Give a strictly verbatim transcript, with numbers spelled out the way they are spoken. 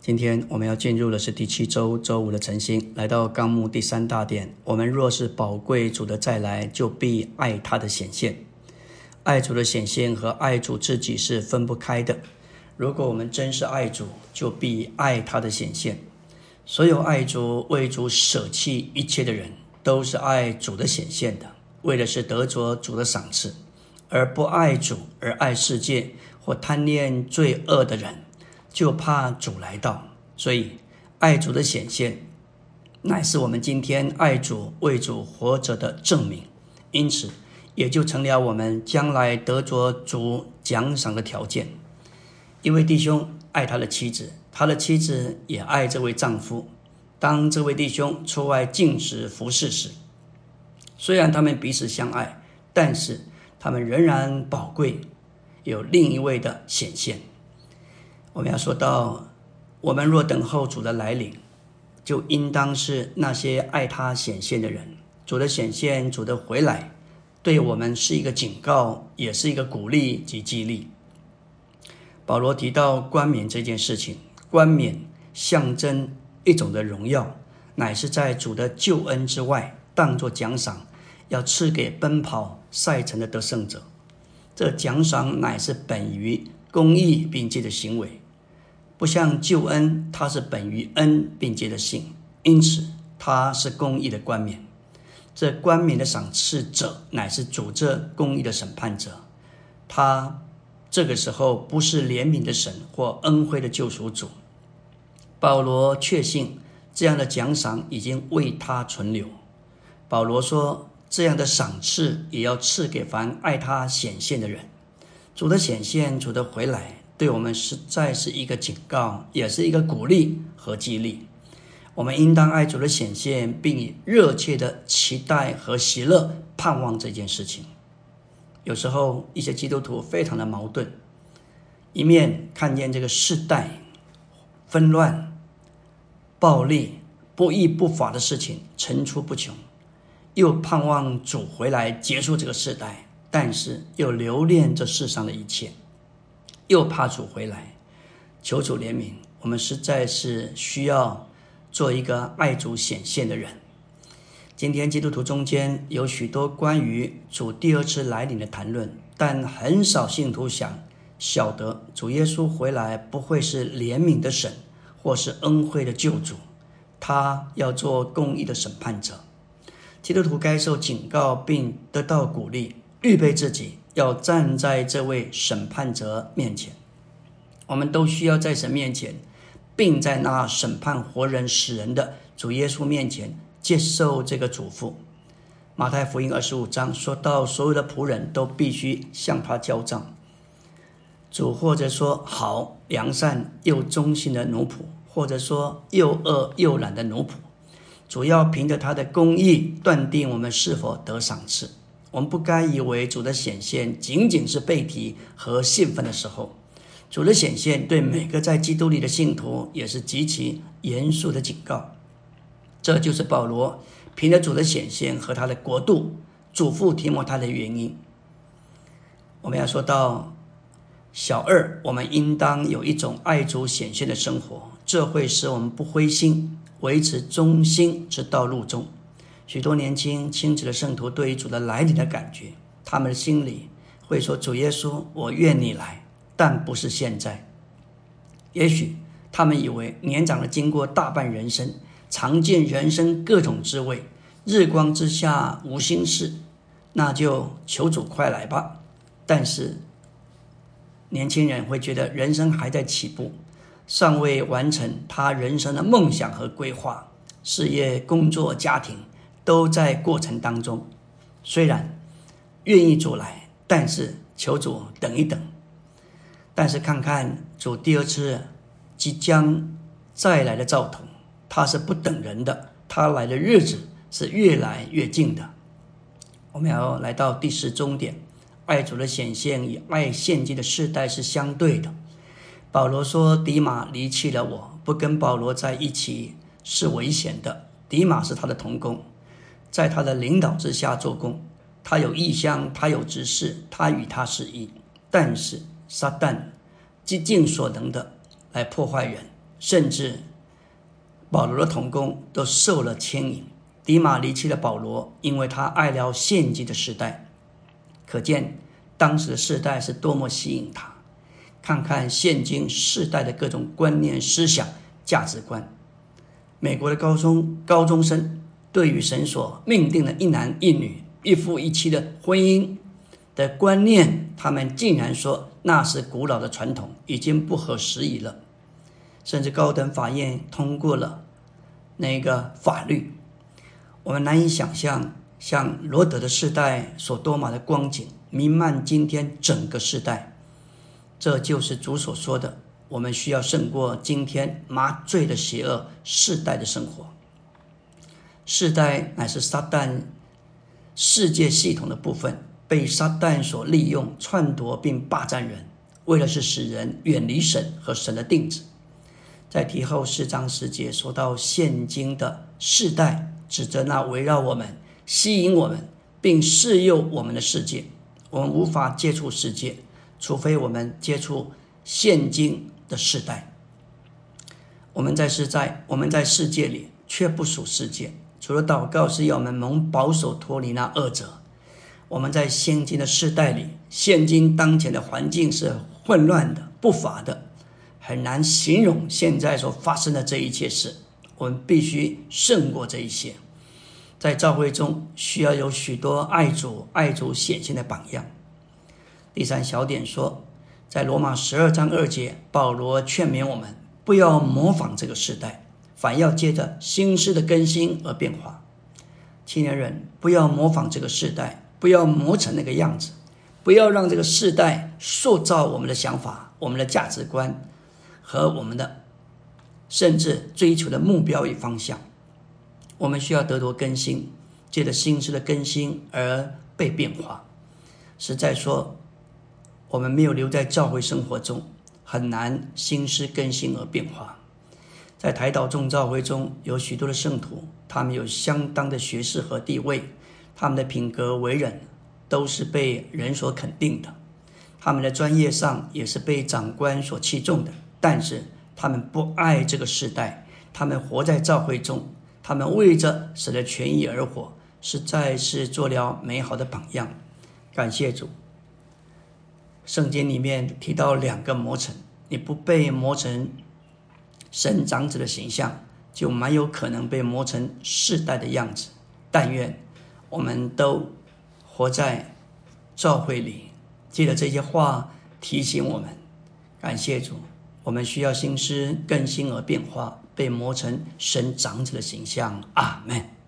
今天我们要进入的是第七周周五的晨星，来到纲目第三大点。我们若是宝贵主的再来，就必爱他的显现。爱主的显现和爱主自己是分不开的。如果我们真是爱主，就必爱他的显现。所有爱主为主舍弃一切的人，都是爱主的显现的，为的是得着主的赏赐。而不爱主而爱世界或贪恋罪恶的人，就怕主来到。所以爱主的显现乃是我们今天爱主为主活着的证明，因此也就成了我们将来得着主奖赏的条件。一位弟兄爱他的妻子，他的妻子也爱这位丈夫。当这位弟兄出外进食服侍时，虽然他们彼此相爱，但是他们仍然宝贵有另一位的显现。我们要说到，我们若等候主的来临，就应当是那些爱他显现的人。主的显现，主的回来，对我们是一个警告，也是一个鼓励及激励。保罗提到冠冕这件事情，冠冕象征一种的荣耀，乃是在主的救恩之外，当作奖赏，要赐给奔跑赛程的得胜者。这奖赏乃是本于公义并借的行为，不像救恩，它是本于恩并借的信，因此它是公义的冠冕。这冠冕的赏赐者乃是主这公义的审判者，他这个时候不是怜悯的神或恩惠的救赎主。保罗确信这样的奖赏已经为他存留。保罗说，这样的赏赐也要赐给凡爱他显现的人。主的显现，主的回来，对我们实在是一个警告，也是一个鼓励和激励。我们应当爱主的显现，并以热切的期待和喜乐盼望这件事情。有时候一些基督徒非常的矛盾，一面看见这个世代纷乱、暴力、不义不法的事情层出不穷，又盼望主回来结束这个世代，但是又留恋这世上的一切，又怕主回来。求主怜悯，我们实在是需要做一个爱主显现的人。今天基督徒中间有许多关于主第二次来临的谈论，但很少信徒想晓得主耶稣回来不会是怜悯的神或是恩惠的救主，他要做公义的审判者。基督徒该受警告并得到鼓励，预备自己要站在这位审判者面前。我们都需要在神面前，并在那审判活人死人的主耶稣面前接受这个嘱咐。马太福音二十五章说到，所有的仆人都必须向他交账。主或者说好良善又忠心的奴仆，或者说又恶又懒的奴仆，主要凭着他的公义断定我们是否得赏赐。我们不该以为主的显现仅仅是背题和兴奋的时候，主的显现对每个在基督里的信徒也是极其严肃的警告。这就是保罗凭着主的显现和他的国度嘱咐提摩太的原因。我们要说到小二，我们应当有一种爱主显现的生活，这会使我们不灰心，维持忠心直到路终。许多年轻亲子的圣徒对于主的来临的感觉，他们的心里会说，主耶稣，我愿你来，但不是现在。也许他们以为年长了经过大半人生，尝见人生各种滋味，日光之下无心事，那就求主快来吧。但是年轻人会觉得人生还在起步，尚未完成他人生的梦想和规划，事业、工作、家庭都在过程当中。虽然愿意主来，但是求主等一等。但是看看主第二次即将再来的兆头，他是不等人的，他来的日子是越来越近的。我们要来到第四终点，爱主的显现与爱现今的世代是相对的。保罗说，迪马离弃了我，不跟保罗在一起是危险的。迪马是他的同工，在他的领导之下做工，他有异象，他有执事，他与他是一。但是撒旦极尽所能的来破坏人， 甚至保罗的同工都受了牵引。迪马离弃了保罗，因为他爱了现今的时代。可见当时的世代是多么吸引他。看看现今世代的各种观念、思想、价值观。美国的高中高中生对于神所命定的一男一女、一夫一妻的婚姻的观念，他们竟然说那是古老的传统，已经不合时宜了。甚至高等法院通过了那个法律，我们难以想象像罗德的世代所多玛的光景弥漫今天整个世代。这就是主所说的，我们需要胜过今天麻醉的邪恶世代的生活。世代乃是撒旦世界系统的部分，被撒旦所利用，篡夺并霸占人，为的是使人远离神和神的定旨。在提后四章十节说到现今的世代，指着那围绕我们、吸引我们并适诱我们的世界。我们无法接触世界，除非我们接触现今的世代。我们在世在我们在世界里，却不属世界。除了祷告是要我们蒙保守脱离那恶者。我们在现今的世代里，现今当前的环境是混乱的、不法的，很难形容现在所发生的这一切事。我们必须胜过这一些。在教会中需要有许多爱主爱主显现的榜样。第三小点说，在罗马十二章二节，保罗劝勉我们不要模仿这个时代，反要借着心思的更新而变化。青年人，不要模仿这个世代，不要磨成那个样子，不要让这个世代塑造我们的想法、我们的价值观和我们的甚至追求的目标与方向。我们需要得着更新，借着心思的更新而被变化。实在说，我们没有留在教会生活中，很难心思更新而变化。在台岛众教会中有许多的圣徒，他们有相当的学识和地位，他们的品格为人都是被人所肯定的，他们的专业上也是被长官所器重的。但是他们不爱这个时代，他们活在教会中，他们为着神的权益而活，实在是做了美好的榜样。感谢主。圣经里面提到两个磨成，你不被磨成神长子的形象，就蛮有可能被磨成世代的样子。但愿我们都活在教会里，借着这些话提醒我们。感谢主，我们需要心思更新而变化，被磨成神长子的形象。阿们。